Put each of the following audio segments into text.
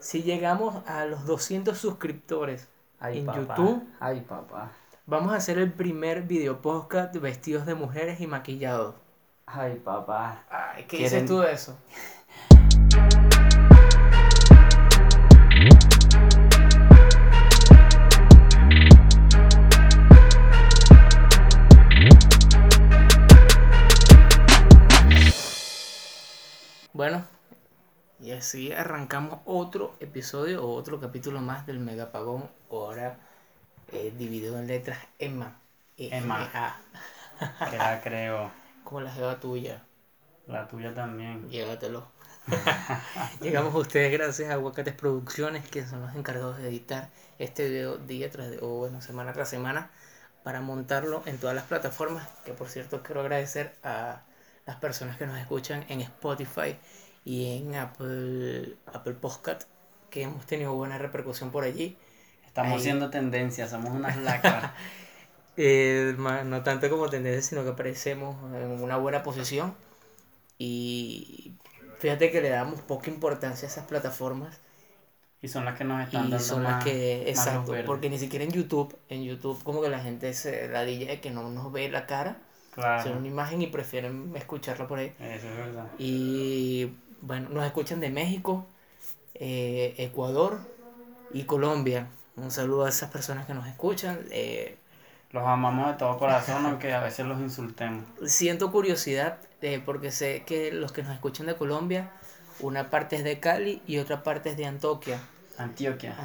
Si llegamos a los 200 suscriptores Ay, en papá. YouTube, Ay, papá. vamos a hacer el primer video podcast vestidos de mujeres y maquillados. Ay, papá. Ay, ¿qué ¿Quieren- dices tú de eso? Bueno, y así arrancamos otro episodio o otro capítulo más del Megapagón, ahora dividido en letras EMA. Emma. EMA, Que la creo. como la jeva tuya. La tuya también. Llévatelo. Llegamos a ustedes gracias a Aguacates Producciones, que son los encargados de editar este video día tras día, o bueno, semana tras semana, para montarlo en todas las plataformas. Que por cierto quiero agradecer a las personas que nos escuchan en Spotify y en Apple Podcast, que hemos tenido buena repercusión por allí. Estamos Ahí. siendo tendencia, somos unas lacras. No tanto como tendencia, sino que aparecemos en una buena posición. Y fíjate que le damos poca importancia a esas plataformas. Y son las que nos están Y dando son más, las que, más luz exacto, verde. porque ni siquiera en YouTube como que la gente se ladilla de que no nos ve la cara, Claro. son una imagen y prefieren escucharla por ahí. Eso es verdad. Y bueno, nos escuchan de México, Ecuador y Colombia. Un saludo a esas personas que nos escuchan. Los amamos de todo corazón, aunque a veces los insultemos. Siento curiosidad porque sé que los que nos escuchan de Colombia, una parte es de Cali y otra parte es de Antioquia. Antioquia.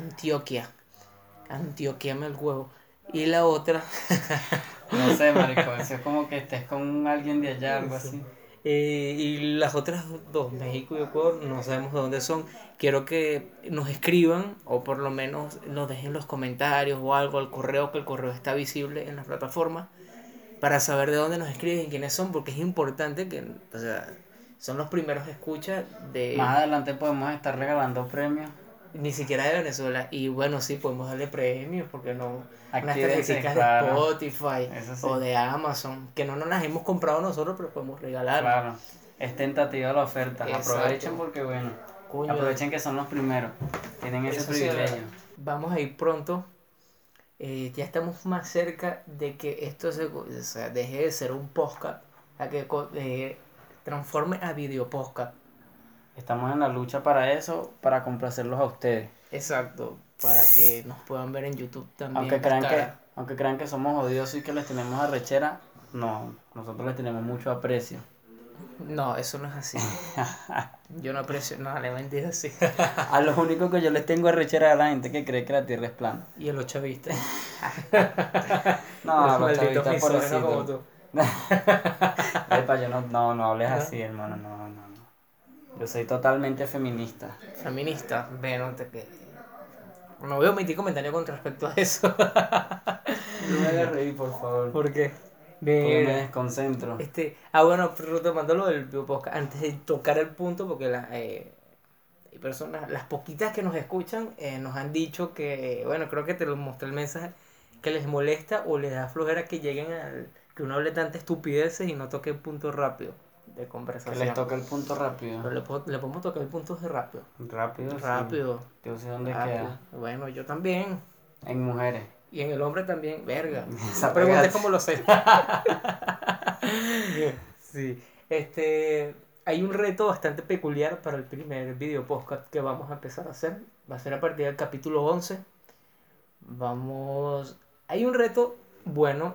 Antioquia me el huevo. Y la otra, No sé, marico, eso es como que estés con alguien de allá, algo así. y las otras dos, México y Ecuador, no sabemos de dónde son. Quiero que nos escriban o por lo menos nos dejen los comentarios o algo al correo, que el correo está visible en las plataformas, para saber de dónde nos escriben y quiénes son, porque es importante que, o sea, son los primeros escuchas de... Más adelante podemos estar regalando premios. Ni siquiera de Venezuela. Y bueno, sí, podemos darle premios, porque no. Unas Actívense, tarjetas claro. de Spotify Eso sí. o de Amazon, que no nos las hemos comprado nosotros, pero podemos regalar. Claro. Es tentativa la oferta. Exacto. Aprovechen porque bueno. Coño, Aprovechen que son los primeros. Tienen ese eso sí, privilegio. vamos a ir pronto. Ya estamos más cerca de que esto deje de ser un podcast, a que transforme a video podcast. Estamos en la lucha para eso, para complacerlos a ustedes. Exacto, para que nos puedan ver en YouTube también. Aunque crean que somos odiosos y que les tenemos arrechera, no, nosotros les tenemos mucho aprecio. No, eso no es así. Yo no aprecio, no, le mentira así. A lo único que yo les tengo arrechera es a la gente que cree que la tierra es plana. Y a los chavistas. No, los malditos chavistas misóginos como pobrecitos. tú. Epa, yo no hables ¿No? así, hermano, no. Yo soy totalmente feminista. Feminista, bueno, no voy a omitir comentarios con respecto a eso. No me hagas reír, por favor. ¿Por qué? Porque me desconcentro. Bueno, retomando lo del podcast, antes de tocar el punto, porque hay personas, las poquitas que nos escuchan, nos han dicho que, bueno, creo que te lo mostré el mensaje, que les molesta o les da flojera que lleguen que uno hable tanta estupideces y no toque el punto rápido de Que conversación. les toque el punto rápido. Pero le podemos tocar el punto de rápido. Rápido, sí. Rápido. Yo sé dónde rápido. queda. Bueno, yo también. En mujeres. Y en el hombre también, verga. Esa No preguntes pegada. cómo lo sé. Sí. Hay un reto bastante peculiar para el primer video podcast que vamos a empezar a hacer. Va a ser a partir del capítulo 11. Hay un reto bueno.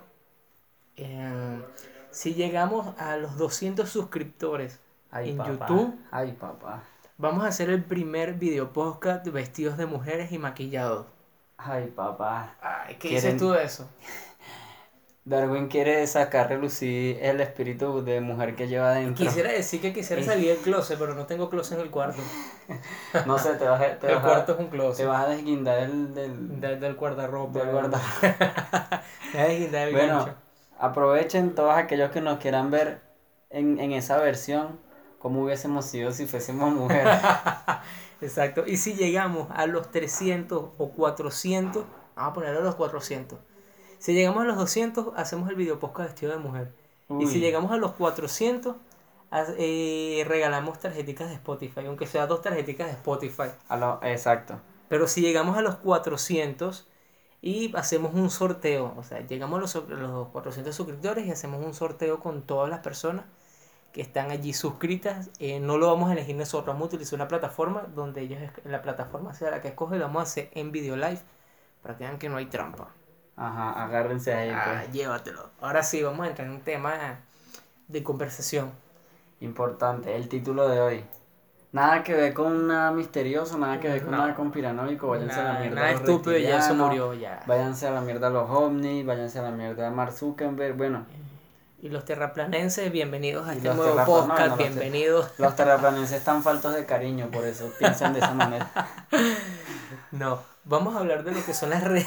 Si llegamos a los 200 suscriptores Ay, en papá. YouTube, Ay, papá. vamos a hacer el primer video podcast vestidos de mujeres y maquillados. Ay, papá. Ay, ¿qué ¿Quieren- dices tú de eso? Darwin quiere sacar relucir el espíritu de mujer que lleva adentro. Quisiera decir que quisiera salir del closet, pero no tengo closet en el cuarto. No sé, te El cuarto es un te closet. vas a desguindar del Del guardarropa. del guarda. Me vas a desguindar el Bueno, gancho. aprovechen todos aquellos que nos quieran ver en esa versión, cómo hubiésemos sido si fuésemos mujeres. Exacto. Y si llegamos a los 300 o 400, vamos a ponerlo a los 400. Si llegamos a los 200, hacemos el video podcast vestido de mujer. Y si Uy. llegamos a los 400, regalamos tarjeticas de Spotify, aunque sea 2 tarjeticas de Spotify. Exacto. Pero si llegamos a los 400 y hacemos un sorteo, o sea, llegamos a los 400 suscriptores y hacemos un sorteo con todas las personas que están allí suscritas, no lo vamos a elegir nosotros, vamos a utilizar una plataforma donde la plataforma sea la que escoge, lo vamos a hacer en video live para que vean que no hay trampa. Ajá, agárrense ahí, pues. Llévatelo. Ahora sí, vamos a entrar en un tema de conversación. Importante, el título de hoy. Nada que ver con nada misterioso, nada que ver con No. nada conspiranoico, váyanse a la mierda Nada los estúpido y ya eso reptilianos, murió ya. váyanse a la mierda los ovnis, váyanse a la mierda Mark Zuckerberg, bueno. Y los terraplanenses, bienvenidos a Y este los nuevo terraplanos, podcast, no, bienvenidos. Los terraplanenses están faltos de cariño, por eso piensan de esa manera. No, vamos a hablar de lo que son las redes.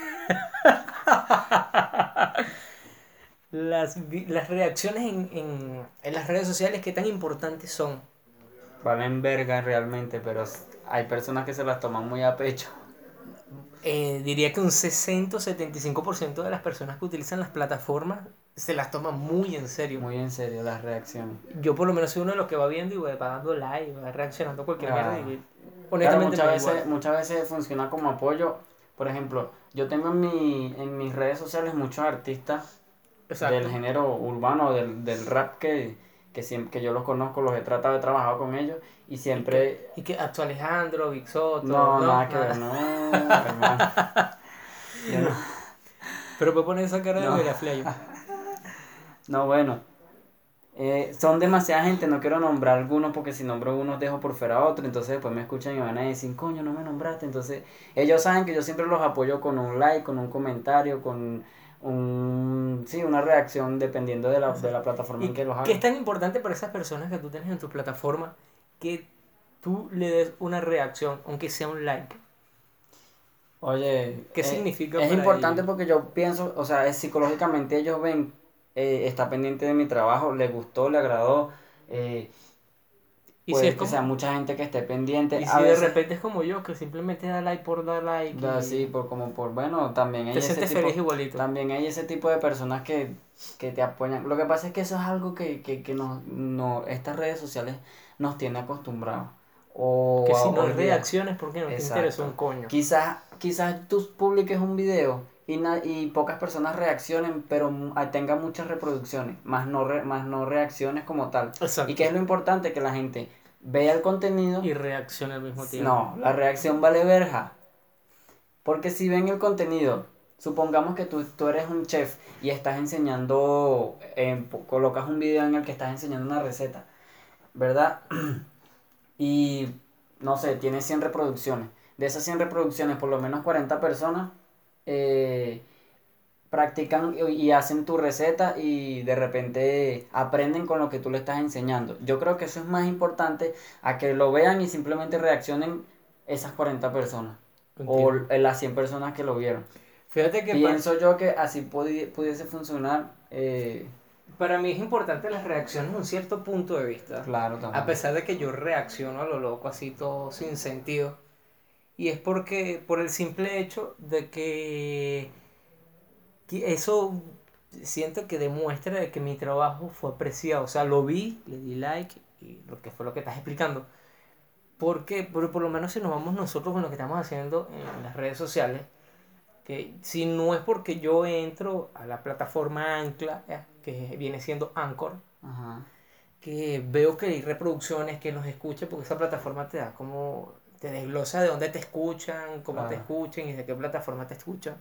Las reacciones en las redes sociales, qué tan importantes son. Valen verga realmente, pero hay personas que se las toman muy a pecho. Diría que un 60 o 75% de las personas que utilizan las plataformas se las toman muy en serio. Muy en serio las reacciones. Yo por lo menos soy uno de los que va viendo y va dando like, va reaccionando a cualquier mierda y Claro, honestamente me da igual. muchas veces funciona como apoyo. Por ejemplo, yo tengo en mis redes sociales muchos artistas Exacto. del género urbano, del rap que yo los conozco, los he tratado, he trabajado con ellos y siempre... Y que Acto Alejandro, Big Soto, No, nada que ver, no, hermano. Yo no. Pero me pone esa cara de No. Miraflores. No, bueno. Son demasiada gente, no quiero nombrar algunos porque si nombro unos dejo por fuera a otro, entonces después me escuchan y van a decir, coño, no me nombraste. Entonces ellos saben que yo siempre los apoyo con un like, con un comentario, con una reacción dependiendo de la plataforma en que los hagan. ¿Qué es tan importante para esas personas que tú tienes en tu plataforma que tú le des una reacción, aunque sea un like? Oye, ¿Qué significa es para importante ellos? porque yo pienso, o sea, psicológicamente ellos ven, está pendiente de mi trabajo, le gustó, le agradó, Y si puede es que sea como, mucha gente que esté pendiente, y a si de veces, repente es como yo, que simplemente da like por dar like así, y bueno, también hay te ese sientes tipo, feliz igualito. también hay ese tipo de personas que te apoyan. Lo que pasa es que eso es algo que estas redes sociales nos tiene acostumbrados. Que si no Hoy día. reacciones, ¿por qué no te interesa un Exacto. coño? Quizás tú publiques un video y pocas personas reaccionen, pero tenga muchas reproducciones, más no reacciones como tal. Exacto. ¿Y qué es lo importante? Que la gente vea el contenido. Y reacciona al mismo tiempo. No, la reacción vale verja. Porque si ven el contenido, supongamos que tú eres un chef y estás enseñando, colocas un video en el que estás enseñando una receta, ¿verdad? Y no sé, tiene 100 reproducciones. De esas 100 reproducciones, por lo menos 40 personas practican y hacen tu receta y de repente aprenden con lo que tú le estás enseñando. Yo creo que eso es más importante a que lo vean y simplemente reaccionen esas 40 personas o Entiendo. las 100 personas que lo vieron. Fíjate que Pienso yo que así pudiese funcionar. para mí es importante las reacciones en un cierto punto de vista. Claro, A también. pesar de que yo reacciono a lo loco, así todo sin sentido. Y es por el simple hecho de que eso siento que demuestra de que mi trabajo fue apreciado. O sea, lo vi, le di like y lo que fue lo que estás explicando. Porque por lo menos si nos vamos nosotros con lo que estamos haciendo en las redes sociales, que si no es porque yo entro a la plataforma Ancla, que viene siendo Anchor, Ajá. que veo que hay reproducciones, que nos escucha, porque esa plataforma te da como, te desglosa de dónde te escuchan, cómo te Claro. escuchan y de qué plataforma te escuchan.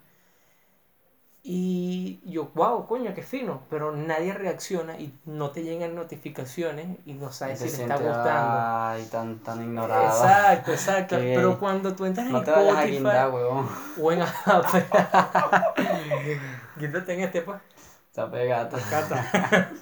Y yo, wow, coño, qué fino, pero nadie reacciona y no te llegan notificaciones y no Y sabes te si le está sientes, gustando. ay, tan ignorado. Exacto. Qué Pero gay. cuando tú entras en No te vayas a Spotify guindar, huevón. o en Apple, quítate en este pues. Está pegado. Cata.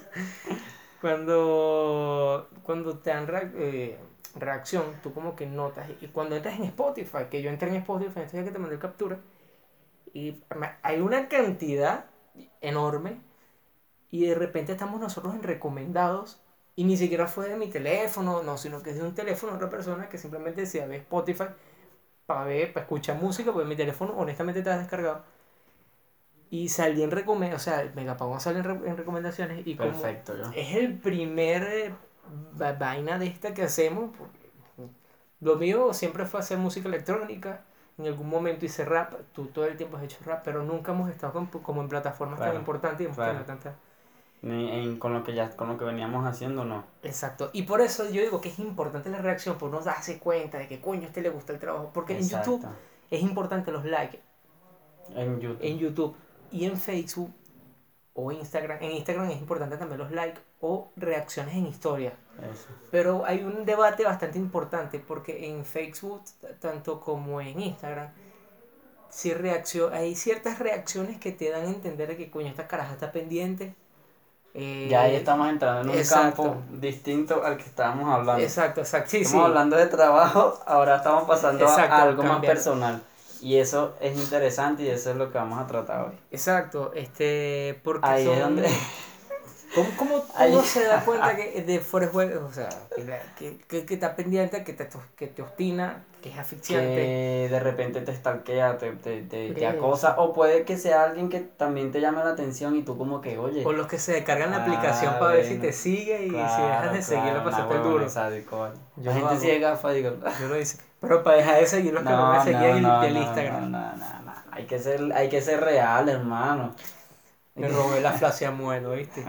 Cuando te dan reacción, tú como que notas. Y cuando entras en Spotify, que yo entré en Spotify, entonces ya que te mandé captura, y hay una cantidad enorme, y de repente estamos nosotros en recomendados, y ni siquiera fue de mi teléfono, no, sino que es de un teléfono de otra persona que simplemente decía ve Spotify para escuchar música, porque mi teléfono honestamente está descargado. Y salí en recomendaciones, o sea, el Megapagón sale en recomendaciones y como Perfecto, yo. es el primer vaina de esta que hacemos. Lo mío siempre fue hacer música electrónica. En algún momento hice rap. Tú todo el tiempo has hecho rap, pero nunca hemos estado como en plataformas tan Claro, importantes y hemos claro. tenido tanta... Con lo que veníamos haciendo, no. Exacto. Y por eso yo digo que es importante la reacción, por no darse cuenta de que coño a este le gusta el trabajo. Porque en YouTube Exacto. es importante los likes. En YouTube. En YouTube y en Facebook o Instagram. En Instagram es importante también los likes o reacciones en historias. Eso. Pero hay un debate bastante importante porque en Facebook, tanto como en Instagram, si hay ciertas reacciones que te dan a entender de que coño esta caraja está pendiente. Ya ahí estamos entrando en un Exacto. campo distinto al que estábamos hablando. Exacto, exacto. Sí, Estamos sí. hablando de trabajo, ahora estamos pasando Exacto, a algo más cambiar. personal. Y eso es interesante y eso es lo que vamos a tratar hoy. Exacto, porque Ahí es donde... ¿Cómo Ahí- uno se da cuenta que de fuera de juego, o sea, que está pendiente, que te obstina, que es asfixiante? que de repente te stalkea, te Eso. acosa, o puede que sea alguien que también te llame la atención y tú como que, oye, O los que se descargan la Ah, aplicación para ver si bueno. te sigue y si claro, dejas de seguirlo, claro, pasaste el huevón, duro. sádico, vale. Yo La lo gente hago. sigue gafas, digo, Yo lo hice. Pero para dejar de seguir los que no me seguían del Instagram. no. Hay que ser real, hermano. Me robé la flasia muelo, ¿viste?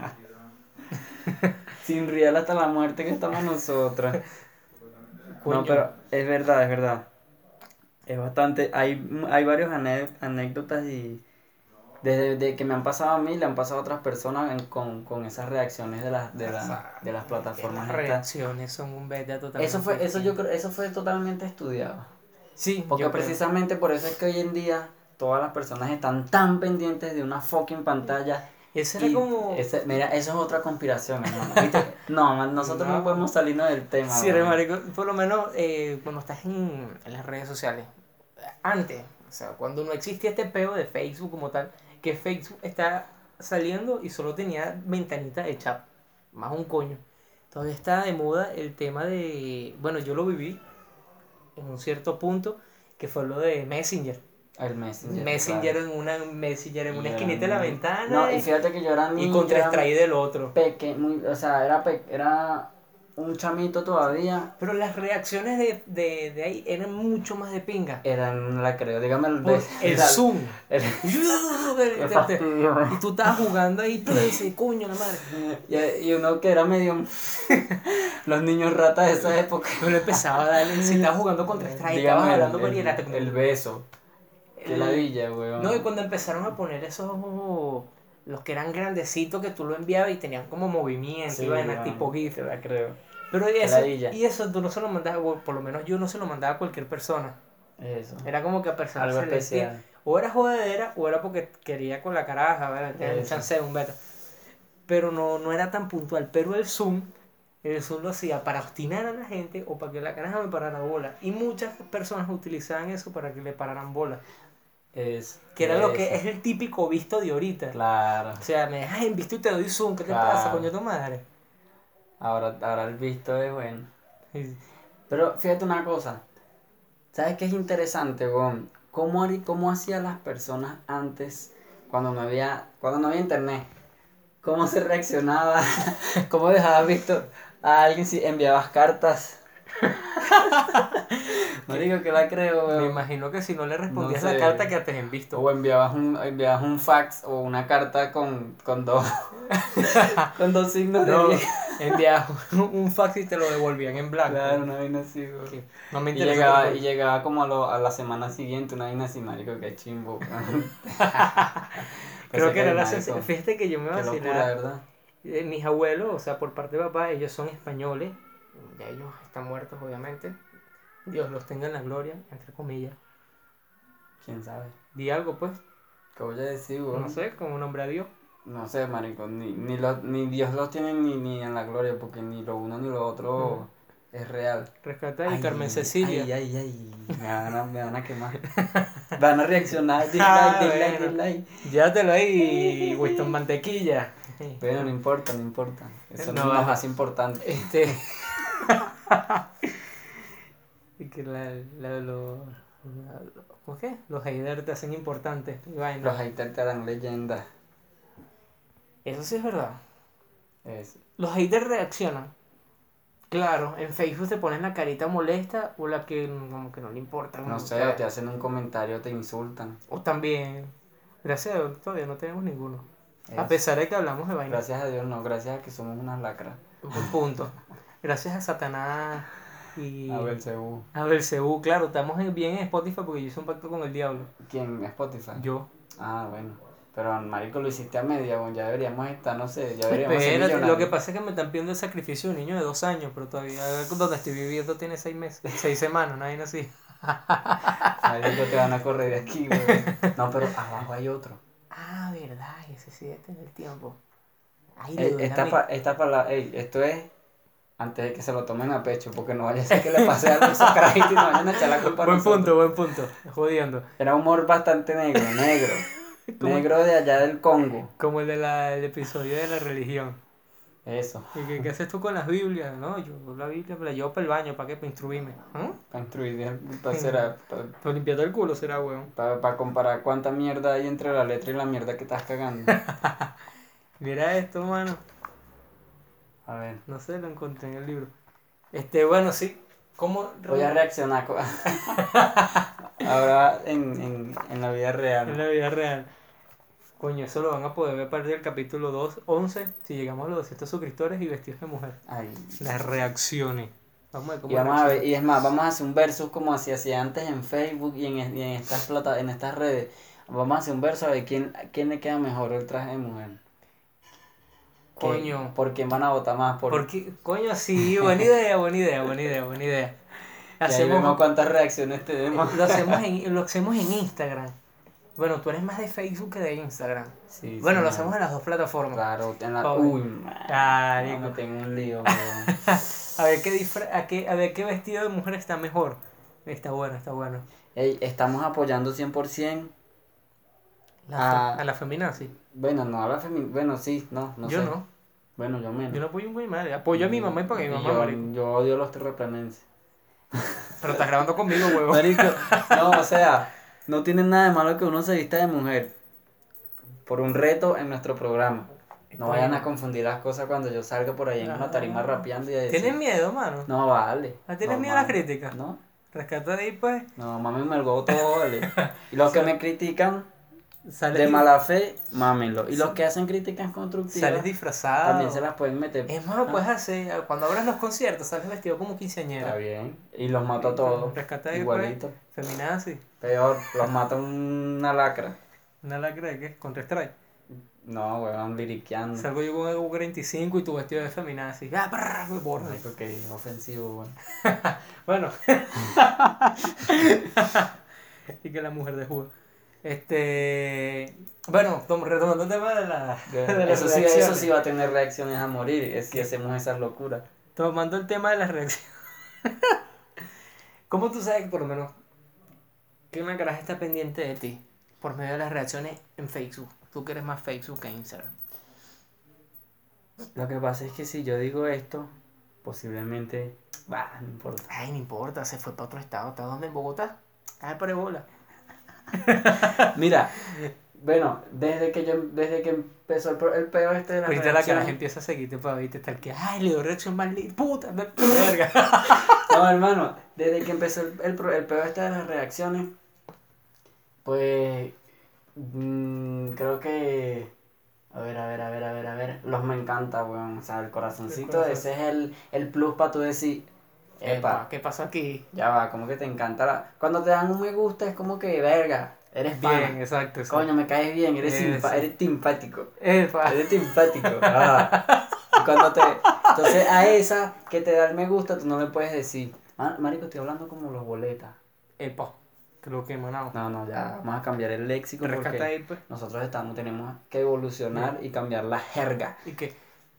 Sin real hasta la muerte que estamos nosotros. Coño. No, pero es verdad, es verdad. Es bastante, hay varios anécdotas y desde de que me han pasado a mí, le han pasado a otras personas con esas reacciones de las plataformas Las estas. reacciones son un beta totalmente. Eso fue totalmente estudiado. Sí, Porque yo creo. precisamente por eso es que hoy en día todas las personas están tan pendientes de una fucking pantalla. Ese era Y como. mira, eso es otra conspiración, hermano. ¿Viste? No, man, nosotros no No. podemos salirnos del tema. Sí, weón. marico, por lo menos cuando estás en las redes sociales. Antes, o sea, cuando no existía este peo de Facebook como tal, que Facebook está saliendo y solo tenía ventanita de chat, más un coño. Todavía está de moda el tema de, bueno, yo lo viví en un cierto punto, que fue lo de Messenger. El Messenger. Messenger claro. Messenger en una Yo esquinita de la era ventana No, y fíjate que yo era y niño. contra yo era extraí del otro. o sea, era un chamito todavía. Pero las reacciones de ahí eran mucho más de pinga. No la creo, dígame El Zoom. el- Qué fastidio, man. Y tú estabas jugando ahí, pero dice, coño, la madre. Y uno que era medio. Los niños ratas de esa época. Pero empezaba a darle, si estabas jugando contra Strike, Dígame estabas hablando con el beso. Qué ladilla, weón. No, y cuando empezaron a poner esos, los que eran grandecitos que tú lo enviabas y tenían como movimiento, Sí, iban a weón, tipo GIF. te la creo. Pero Qué eso, ladilla. y eso tú no se lo mandabas, o por lo menos yo no se lo mandaba a cualquier persona. Eso. Era como que a personas Algo se les decía, especial. o era jodedera o era porque quería con la caraja, ¿verdad? Tenía un Eso. chance de un beta. Pero no era tan puntual. Pero el Zoom lo hacía para obstinar a la gente o para que la caraja me parara bola. Y muchas personas utilizaban eso para que le pararan bola. Que era lo que Eso. es el típico visto de ahorita. Claro. O sea, me dejas en visto y te doy Zoom. ¿Qué te Claro. pasa, coño tu madre? Ahora el visto es bueno. Sí. Pero fíjate una cosa. ¿Sabes qué es interesante, weón? ¿Cómo hacían las personas antes cuando no había internet? ¿Cómo se reaccionaba? ¿Cómo dejabas visto a alguien si enviabas cartas? No digo que la creo, Me weón. imagino que si no le respondías No sé. la carta que te en visto. O enviabas un fax o una carta con dos con dos signos No, de enviabas un fax y te lo devolvían en blanco. Claro, una vaina así, weón. Que no me Y interesa. llegaba como a la semana siguiente, una vaina así, marico, qué chimbo. Creo que era la marico. Fíjate que yo me Qué locura, vacilaba. ¿verdad? Mis abuelos, o sea, por parte de papá, ellos son españoles. Ya ellos están muertos, obviamente. Dios los tenga en la gloria, entre comillas. ¿Quién sabe? Di algo, pues. ¿Qué voy a decir, weón? No sé, como nombre a Dios. No sé, marico, ni Dios los tiene ni en la gloria, porque ni lo uno ni lo otro es real. Rescata y Carmen Cecilia. Ay, me van a quemar. Van a reaccionar, Ah, dislike. bueno. Llévatelo ahí, Winston Mantequilla. Pero no importa. Eso No, no es va. más importante. Y que ¿cómo qué? Los haters te hacen importante. Y vaina. Los haters te dan leyenda. Eso sí es verdad. Es, Los haters reaccionan. Claro, en Facebook te ponen la carita molesta o la que como que no le importa. No sé, o te hacen un comentario, te insultan. O también, gracias a Dios, todavía no tenemos ninguno. A Eso. pesar de que hablamos de vainas. Gracias a Dios, no, gracias a que somos unas lacras. Buen punto. Gracias a Satanás y A Belcebú. a Belcebú, claro, estamos bien en Spotify porque yo hice un pacto con el diablo. ¿Quién? ¿Spotify? Yo. Ah, bueno. Pero, marico, lo hiciste a media, bueno, ya deberíamos estar, no sé, ya deberíamos ser Espérate, lo que millonarios. pasa es que me están pidiendo el sacrificio de un niño de 2 años, pero todavía donde estoy viviendo tiene 6 meses, 6 semanas, no hay así. Marico, te van a correr de aquí, güey. No, pero abajo hay otro. Ah, verdad, ese sí debe tener tiempo. Ay, le duele a Esta, mí. esta palabra, esto es antes de que se lo tomen a pecho, porque no vaya a ser que le pase algo a esos carajitos y nos vayan a echar la culpa a nosotros. Buen punto, jodiendo. Era humor bastante negro, negro. Como, Negro de allá del Congo. como el el episodio de la religión. Eso, ¿Y qué haces tú con las Biblias? No, yo la Biblia me la llevo para el baño, ¿para qué? Para instruirme. ¿Ah? para instruir, para Para limpiarte el culo será, weón. comparar cuánta mierda hay entre la letra y la mierda que estás cagando. Mira esto, mano. A ver, No sé, lo encontré en el libro. Bueno, sí. ¿Cómo? voy a reaccionar ahora en la vida En real. la vida real. Coño, eso lo van a poder ver a partir del capítulo 2:11 si llegamos a los 200 suscriptores y vestidos de mujer. Ay. Las reacciones. Vamos a ver cómo Y vamos a ver, reacciona. y es más, vamos a hacer un versus como así hacía antes en Facebook y en estas en estas redes. Vamos a hacer un verso a ver quién le queda mejor el traje de mujer. Coño. ¿Por quién van a votar más? Porque, coño, sí, buena idea, buena idea, buena idea, buena idea. Y ahí vemos Hacemos, cuántas reacciones tenemos. lo hacemos en Instagram. Bueno, tú eres más de Facebook que de Instagram. Sí, Bueno, sí, lo man. hacemos en las dos plataformas. Claro, en la... Pobre. Uy, man. Marico. No, me tengo un lío, weón. A ver a ver qué vestido de mujer está mejor. Está bueno, está bueno. Ey, estamos apoyando 100% a... A la feminazi. Bueno, no a la bueno, sí, no Yo sé. no. Bueno, yo menos. Yo no apoyo a mi madre. Apoyo a mi mamá y porque mi mamá, marico. yo odio los terraplanenses. Pero estás grabando conmigo, huevo. Marico, no, o sea, no tiene nada de malo que uno se vista de mujer por un reto en nuestro programa. No vayan a confundir las cosas cuando yo salga por ahí en una tarima rapeando y a decir... ¿Tienes miedo, mano? No, vale. ¿Tienes miedo a las críticas? No, Rescata de ahí, pues. no, mámenme el huevo todo, vale. Y los que me critican Sales de mala fe, mámenlo. Y los que hacen críticas constructivas Sales disfrazado. también se las pueden meter. Es más, lo puedes hacer. Cuando abras los conciertos, sales vestido como quinceañera. Está bien. Y los mato a todos. Rescata ahí, Igualito. pues. Feminazi. Peor, los mata una lacra. Una lacra de qué? Contra Strike. No, weón, liriqueando. Salgo yo con el 45 y tu vestido de feminazi. ¡Ah, brr! Me borro. Marico, que ofensivo, weón. Bueno. Y que la mujer de jugo. Bueno, retomando el tema de las Eso sí reacciones. va a tener reacciones a morir, es si hacemos esas locuras. Tomando el tema de las reacciones. ¿Cómo tú sabes, por lo menos, que una caraja está pendiente de ti? Por medio de las reacciones en Facebook. Tú que eres más Facebook que Instagram. Lo que pasa es que si yo digo esto, posiblemente... Bah, no importa. Ay, no importa, se fue para otro estado. ¿Está dónde? ¿En Bogotá? Ah, para bola. Mira, bueno, desde que empezó el peor este de las Ahorita la caraja reacciones... empieza a seguirte para verte tal que. Ay, le doy reacción más linda. Puta, verga. No, hermano, desde que empezó el peor este de las reacciones, pues... creo que... A ver. Los me encanta, weón. O sea, el corazoncito, ese es el plus para tú decir... Epa, ¿Qué pasó aquí? ya va, como que te encanta Cuando te dan un me gusta es como que, verga, eres pana. Bien, exacto. Coño, me caes bien, eres Eso. eres simpático. Epa. Eres simpático. Ah. Y cuando entonces a esa que te da el me gusta, tú no le puedes decir, marico, estoy hablando como los boletas. Epa. Creo que manado. No, ya, vamos a cambiar el léxico Rescata porque ahí, pues. nosotros tenemos que evolucionar y cambiar la jerga. ¿Y qué?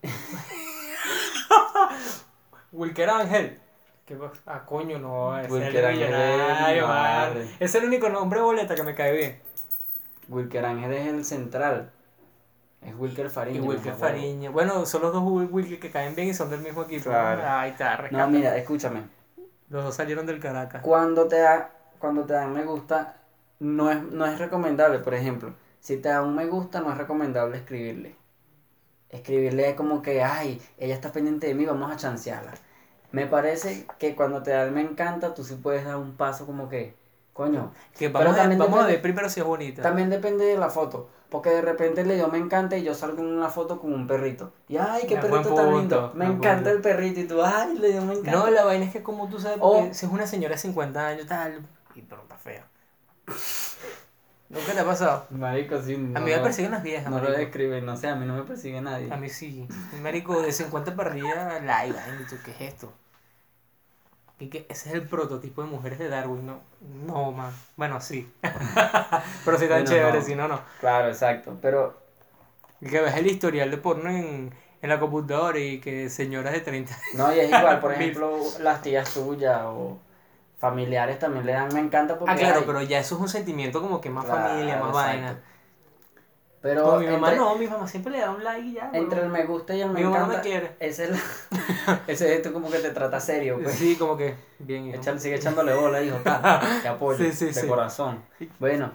Wilker Ángel. ¿Qué pasa? Ah, coño, no, ese es Wilker el Ángel, millonario, madre. man. Es el único nombre boleta que me cae bien. Wilker Ángel es el central. Es Wilker Fariña. Y Wilker no me acuerdo. Fariña. Bueno, son los dos Wilker que caen bien y son del mismo equipo. Claro. Ahí está, rescata. No, mira, escúchame. Los dos salieron del Caracas. Cuando te dan me gusta, no es recomendable, por ejemplo. Si te dan un me gusta, no es recomendable escribirle. Escribirle es como que, ay, ella está pendiente de mí, vamos a chancearla. Me parece que cuando te da el me encanta, tú sí puedes dar un paso como que, coño. Que Pero también vamos a ver depende, primero si es bonita. también depende de la foto. Porque de repente le dio me encanta y yo salgo en una foto con un perrito. Y ay, qué Es buen perrito tan lindo. punto, Me buen encanta punto. el perrito. Y tú, ay, le dio me No, encanta. la vaina es que como tú sabes, O, porque si es una señora de 50 años, tal, y pero está fea. ¿Nunca te ha pasado? marico, sí, A mí me persiguen las viejas, no lo marico. describen. No sé, a mí no me persigue nadie. A mí sí. Un marico de 50 para arriba, la iba, y tú, ¿qué es esto? Y que ese es el prototipo de mujeres de Darwin, ¿no? No, man. Bueno, sí. Pero si tan Bueno, chévere, no. si no, no. Claro, exacto. Pero Y que ves el historial de porno en la computadora y que señoras de 30 no, y es igual, por mil. ejemplo, las tías tuyas o familiares también le dan me encanta Ah, porque claro, hay. pero ya eso es un sentimiento como que más familia, Claro, más exacto. vaina. Como Pero mi mamá no, mi mamá siempre le da un like y ya, entre el huevón. me gusta y el me Mi mamá no me encanta, quiere. ese es, ese es esto como que te trata serio, pues. Sí, como que, bien, hijo. Sigue echándole bola, hijo, tal. Te apoyo, Sí, sí, de sí. corazón. Bueno,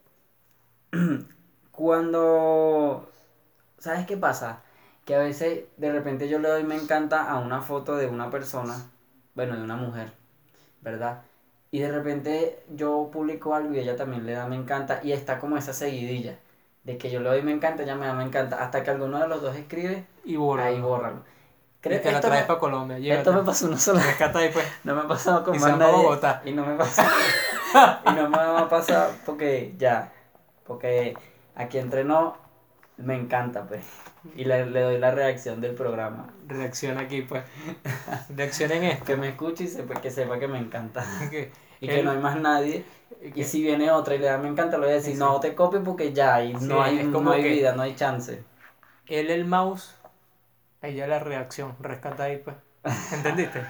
cuando... ¿Sabes qué pasa? Que a veces de repente yo le doy me encanta a una foto de una persona, bueno, de una mujer, ¿verdad? Y de repente yo publico algo y ella también le da me encanta y está como esa seguidilla de que yo le doy me encanta, ella me da me encanta, hasta que alguno de los dos escribe, Y ahí bórralo. bórralo. Y te la traes para Colombia, Esto me llévatela. pasó una sola vez, Rescata ahí, pues. no me ha pasado con Y se más van para nadie Bogotá. y no me pasa, y no me va a pasar porque ya, porque aquí entrenó me encanta, pues. Y le doy la reacción del programa. Reacciona aquí, pues. Reacciona en esto. Que me escuche y que sepa que me encanta. Que Y que no hay más nadie. Y si viene otra y le da me encanta, le voy a decir, sí. no te copies porque ya, y Sí, no hay, es no como hay que vida, no hay chance. él el mouse, ella la reacción. Rescata ahí, pues. ¿Entendiste?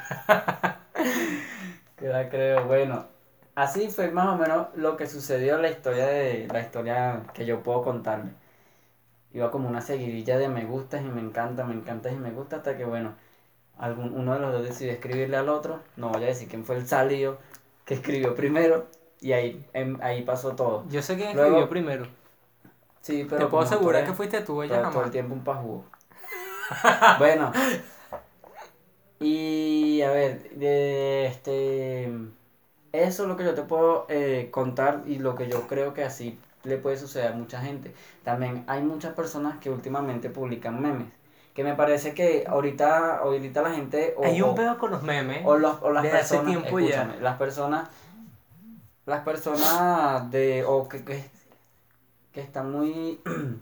Que la creo, bueno. Así fue más o menos lo que sucedió en la historia que yo puedo contarle. Iba como una seguidilla de me gustas y me encanta y me gusta hasta que bueno, uno de los dos decidió escribirle al otro, no voy a decir quién fue el salido que escribió primero y ahí pasó todo. Yo sé quién escribió Luego, primero. sí, Te pero puedo como tú asegurar eres que fuiste tú, ella todo el jamás. tiempo un pajugo. Bueno, y a ver, eso es lo que yo te puedo contar y lo que yo creo que así le puede suceder a mucha gente. También hay muchas personas que últimamente publican memes. Que me parece que ahorita la gente Hay un pedo con los memes o las desde hace personas, tiempo ya. escúchame, las personas que están muy,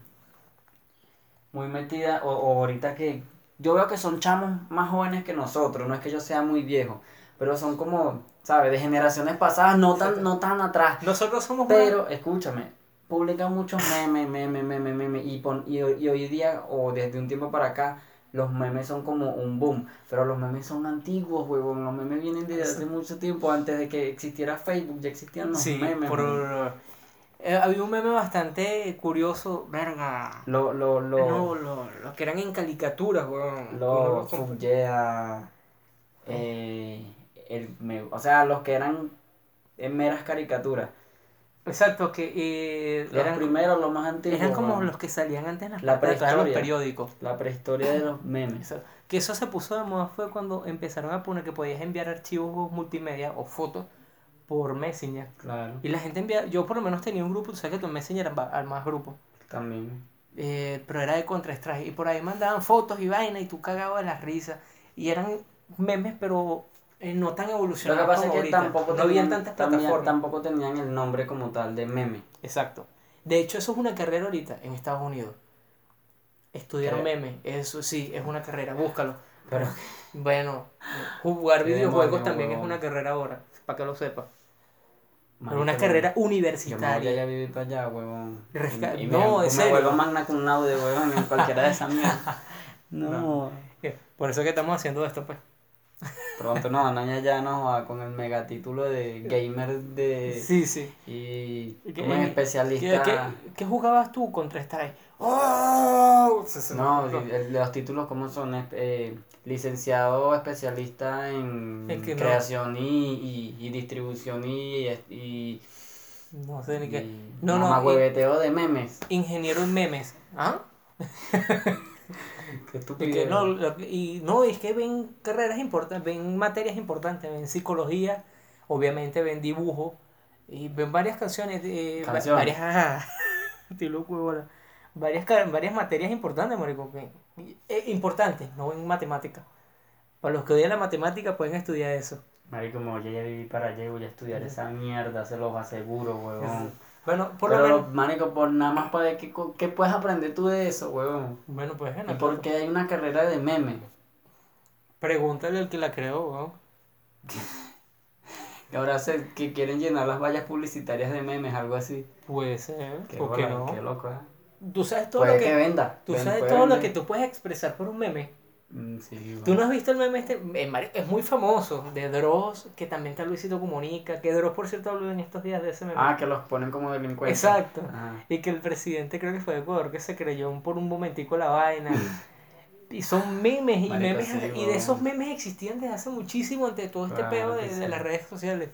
muy metidas o ahorita que yo veo que son chamos más jóvenes que nosotros, no es que yo sea muy viejo, pero son como, ¿sabes? De generaciones pasadas, Exacto. no tan atrás. Nosotros somos una. Pero, escúchame, publican muchos memes, y hoy día, o desde un tiempo para acá, los memes son como un boom. Pero los memes son antiguos, huevón. Los memes vienen desde hace mucho tiempo, antes de que existiera Facebook, ya existían los Sí, memes, marico. había un meme bastante curioso, verga. Lo, lo, lo, Los que eran en caricaturas, weón. Que uno los los Fullea, o sea, los que eran en meras caricaturas. Exacto, que Los primeros, los más antiguos, eran como weón. los que salían antes en las La partes de atrás de los prehistoria. periódicos. La prehistoria de los memes. Exacto. Que eso se puso de moda fue cuando empezaron a poner que podías enviar archivos multimedia o fotos por Messenger. Claro, Y la gente enviaba, yo por lo menos tenía un grupo, tú sabes que tu Messenger al más grupos. también. Pero era de Counter-Strike. Y por ahí mandaban fotos y vaina y tú cagabas de la risa. Y eran memes, pero no tan Lo que evolucionados pasa es como que ahorita. No habían tantas plataformas. tampoco tenían el nombre como tal de meme. Exacto. De hecho, eso es una carrera ahorita en Estados Unidos. Estudiar ¿Qué? memes, eso sí, es una carrera, búscalo. Pero, Bueno, jugar qué videojuegos demonio, también es huevón. una carrera ahora, para que lo sepas. Pero una Marico, carrera yo me voy a universitaria. vivir para allá, huevón. No, en Me serio. vuelvo magna cum laude, huevón, en cualquiera de esas mierdas. No. Por eso que estamos haciendo esto, pues. Pronto nos van a ya con el megatítulo de gamer de... Sí, sí. Y ¿Qué, como especialista... qué jugabas tú contra Strike? ¡Oh! No, los títulos como son licenciado especialista en Es que no. creación y distribución No sé ni qué. y No, mamahueveteo de memes. ingeniero en memes. ¿Ah? Qué Y estupidez. que no, no, es que ven carreras importantes, ven materias importantes, ven psicología, obviamente ven dibujo, y ven varias canciones, Canciones. varias, estoy loco de bola. Varias materias importantes, marico, importantes, no ven matemática. Para los que odian la matemática pueden estudiar eso. Marico, como yo ya viví para allá y voy a estudiar esa mierda, se los aseguro, huevón. Bueno, por lo Pero, menos, marico, por nada más para ver qué puedes aprender tú de eso, huevón. bueno, pues Y ganar plata. porque hay una carrera de meme. Pregúntale al que la creó, weón. Que ahora que quieren llenar las vallas publicitarias de memes, algo así. Puede ser, Qué ¿por qué bola, no? qué loco, ¿eh? Tú sabes todo lo Puede que que, venda. tú sabes puede todo lo que vender. tú puedes expresar por un meme. Sí, ¿Tú bueno. no has visto el meme este? Es muy famoso, de Dross, que también está Luisito Comunica, que Dross, por cierto, habló en estos días de ese meme. Ah, que los ponen como delincuentes. Exacto. Ajá. Y que el presidente, creo que fue de Ecuador, que se creyó por un momentico la vaina. Y son memes y Marico, memes, sí, y de esos huevón. memes existían desde hace muchísimo ante todo este peo Claro que de sí. las redes sociales.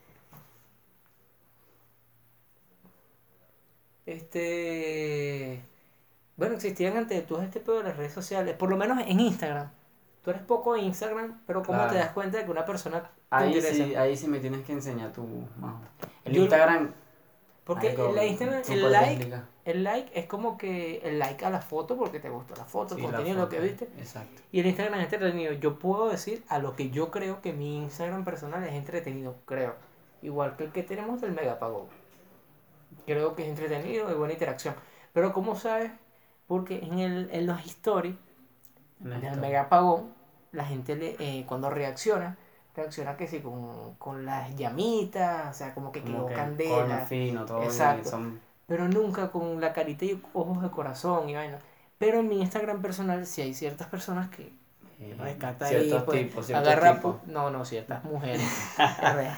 Este... Bueno, existían ante todo este pedo de las redes sociales, por lo menos en Instagram. Tú eres poco de Instagram, pero ¿cómo te Claro. das cuenta de que una persona te Ahí interesa? sí me tienes que enseñar tu majo. El Yo, Instagram, porque marico, la Instagram, súper desliga. el like es como que el like a la foto porque te gustó la foto, el Sí, la contenido, lo que foto. viste. Exacto. Y el Instagram es entretenido. Yo puedo decir a lo que yo creo que mi Instagram personal es entretenido, creo. Igual que el que tenemos del Megapagón. Creo que es entretenido y buena interacción. Pero ¿cómo sabes? Porque en los stories En la del historia. Megapagón, la gente cuando reacciona que sí, con las llamitas, o sea, como que Como quedó que coño candela. fino, todo bien. Exacto. Son Pero nunca con la carita y ojos de corazón y vaina. Pero en mi Instagram personal sí hay ciertas personas que rescata ahí, ciertos pues tipos, no, no, ciertas mujeres. Re-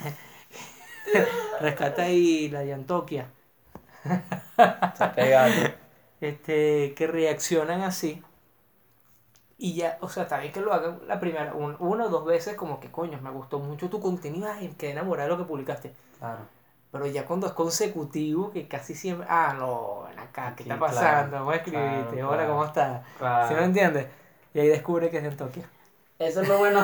Rescata ahí la Yantoquia. Está pegado. Que reaccionan así. Y ya, o sea, está bien que lo hagan la primera, una o dos veces, como que coño, me gustó mucho tu contenido, ay, quedé enamorado de lo que publicaste. Claro. Pero ya cuando es consecutivo, que casi siempre, ah, no, ven acá, ¿qué Aquí, está claro, pasando? Vamos a escribirte, claro, hola, ¿cómo claro, estás? ¿Sí me claro. entiendes? Y ahí descubre que es en Tokio. Eso es lo bueno.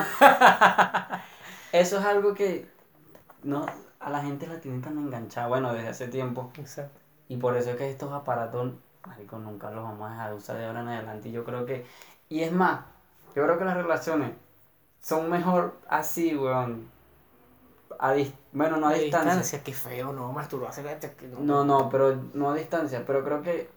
Eso es algo que no a la gente la tienen tan enganchada, bueno, desde hace tiempo. Exacto. Y por eso es que estos aparatos, marico, nunca los vamos a dejar de usar de ahora en adelante. Y yo creo que, y es más, yo creo que las relaciones son mejor así, weón. Bueno, no a A distancia. distancia, qué feo, no, masturbarse, que No, pero no a distancia. Pero creo que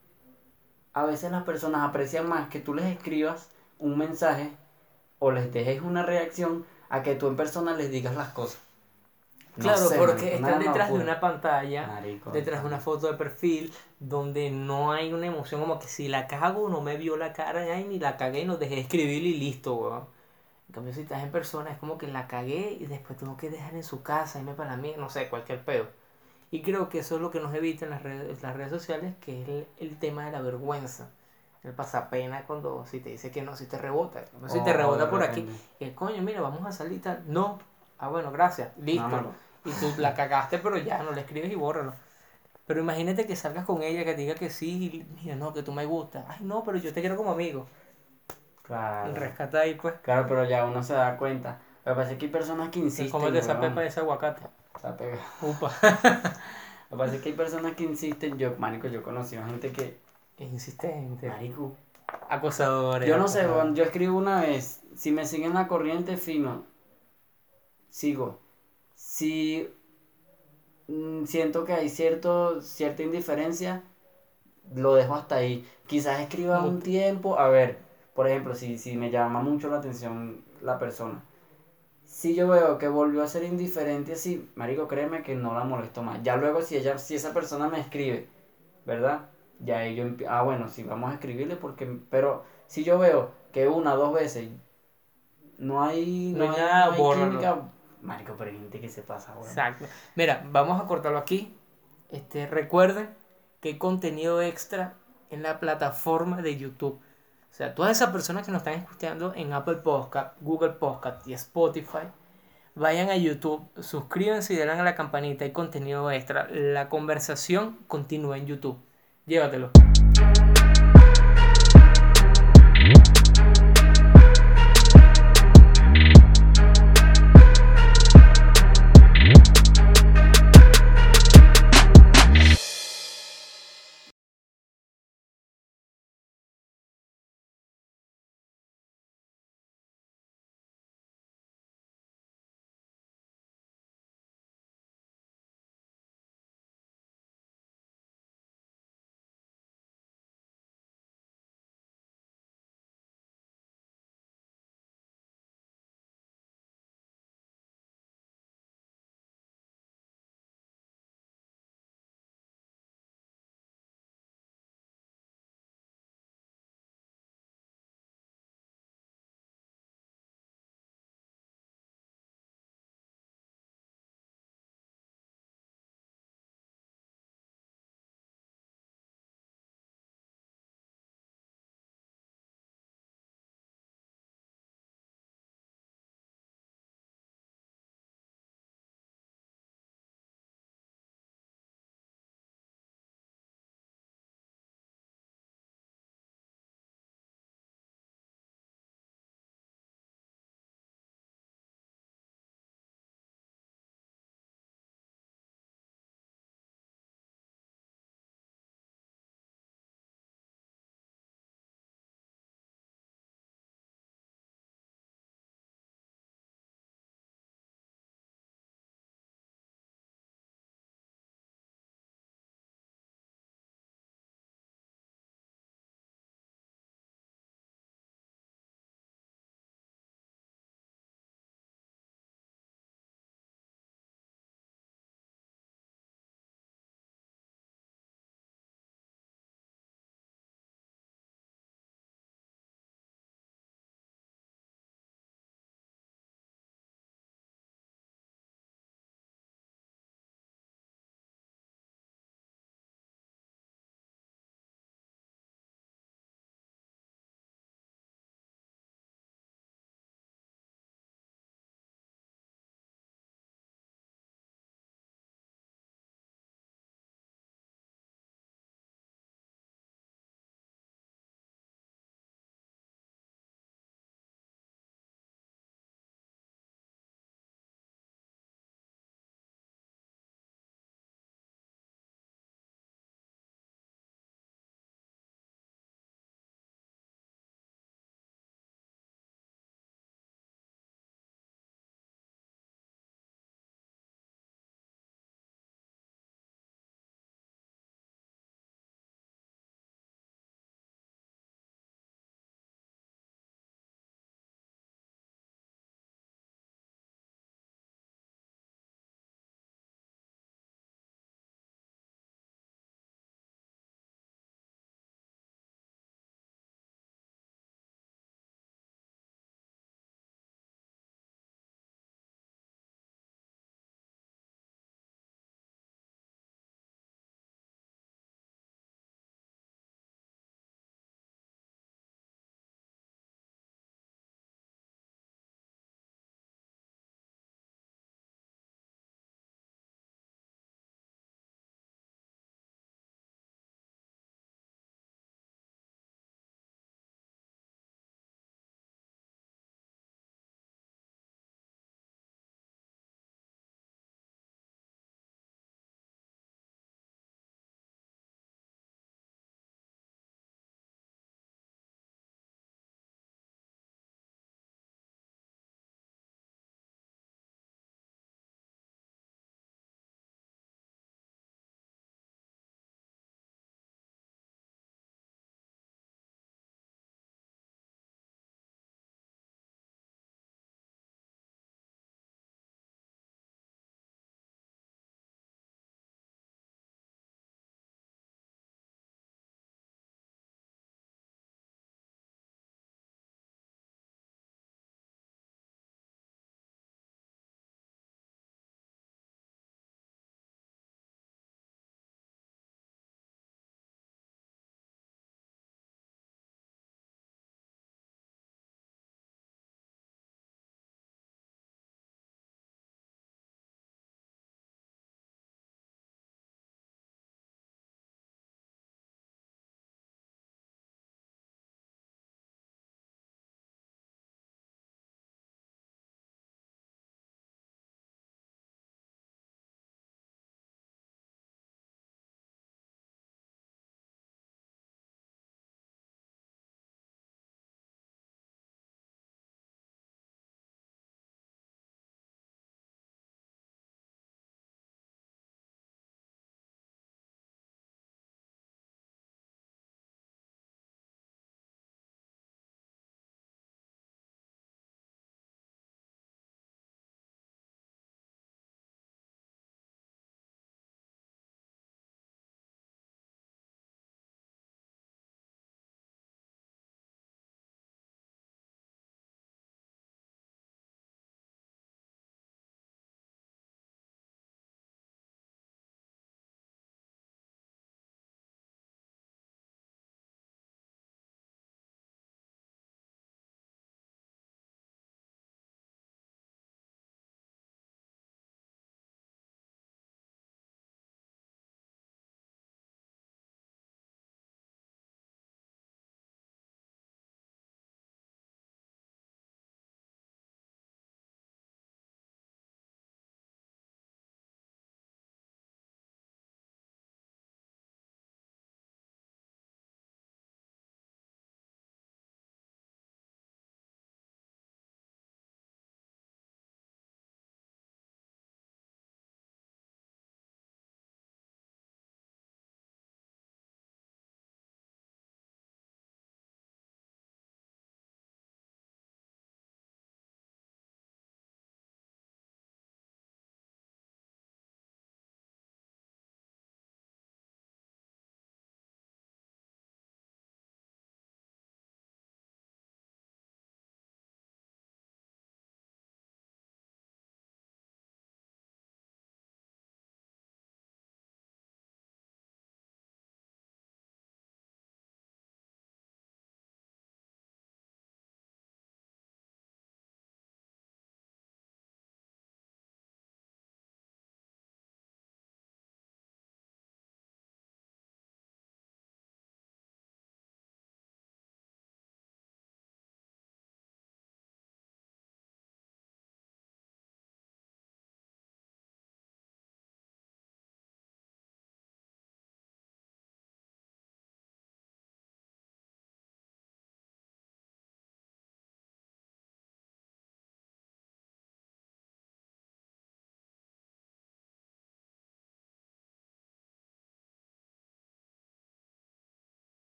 a veces las personas aprecian más que tú les escribas un mensaje o les dejes una reacción a que tú en persona les digas las cosas. No Claro, sé, porque marico, están una detrás de locura. una pantalla, Marico, detrás de una foto de perfil, donde no hay una emoción como que si la cago, no me vio la cara, ay, ni la cagué, no dejé de escribir y listo, weón. En cambio, si estás en persona, es como que la cagué y después tengo que dejar en su casa, irme para la mía, no sé, cualquier pedo. Y creo que eso es lo que nos evita en las redes sociales, que es el tema de la vergüenza. El pasapena cuando si te dice que no, si te rebota. No, si te o de rebota por aquí, repente. que coño, mira, vamos a salir y tal. No. Ah, bueno, gracias. Listo. Mámalo. Y tú la cagaste, pero ya no le escribes y bórralo. Pero imagínate que salgas con ella, que te diga que sí, y mira, no, que tú me gustas. Ay, no, pero yo te quiero como amigo. Claro. Rescata ahí, pues. Claro, pero ya uno se da cuenta. Lo que pasa es que hay personas que insisten, Cómete esa pepa weón. y ese aguacate. Está pegado. Upa. Lo que pasa es que hay personas que insisten. Yo, marico, yo he conocido gente que, Es insistente. marico. Acosadores. Yo no sé, acosadores. weón. Yo escribo una vez. Si me siguen la corriente, fino. Sigo. Si siento que hay cierta indiferencia, lo dejo hasta ahí. Quizás escriba un tiempo. A ver, por ejemplo, si me llama mucho la atención la persona. Si yo veo que volvió a ser indiferente así, marico, créeme que no la molesto más. Ya luego si esa persona me escribe, ¿verdad? Ya ahí yo bueno, sí, vamos a escribirle pero si yo veo que una o dos veces No hay nada, no hay bórralo. química, marico, pero hay gente que se pasa, weón. Exacto. Mira, vamos a cortarlo aquí. Recuerden que hay contenido extra en la plataforma de YouTube. O sea, todas esas personas que nos están escuchando en Apple Podcast, Google Podcast y Spotify, vayan a YouTube, suscríbanse y denle a la campanita. Hay contenido extra. La conversación continúa en YouTube. Llévatelo.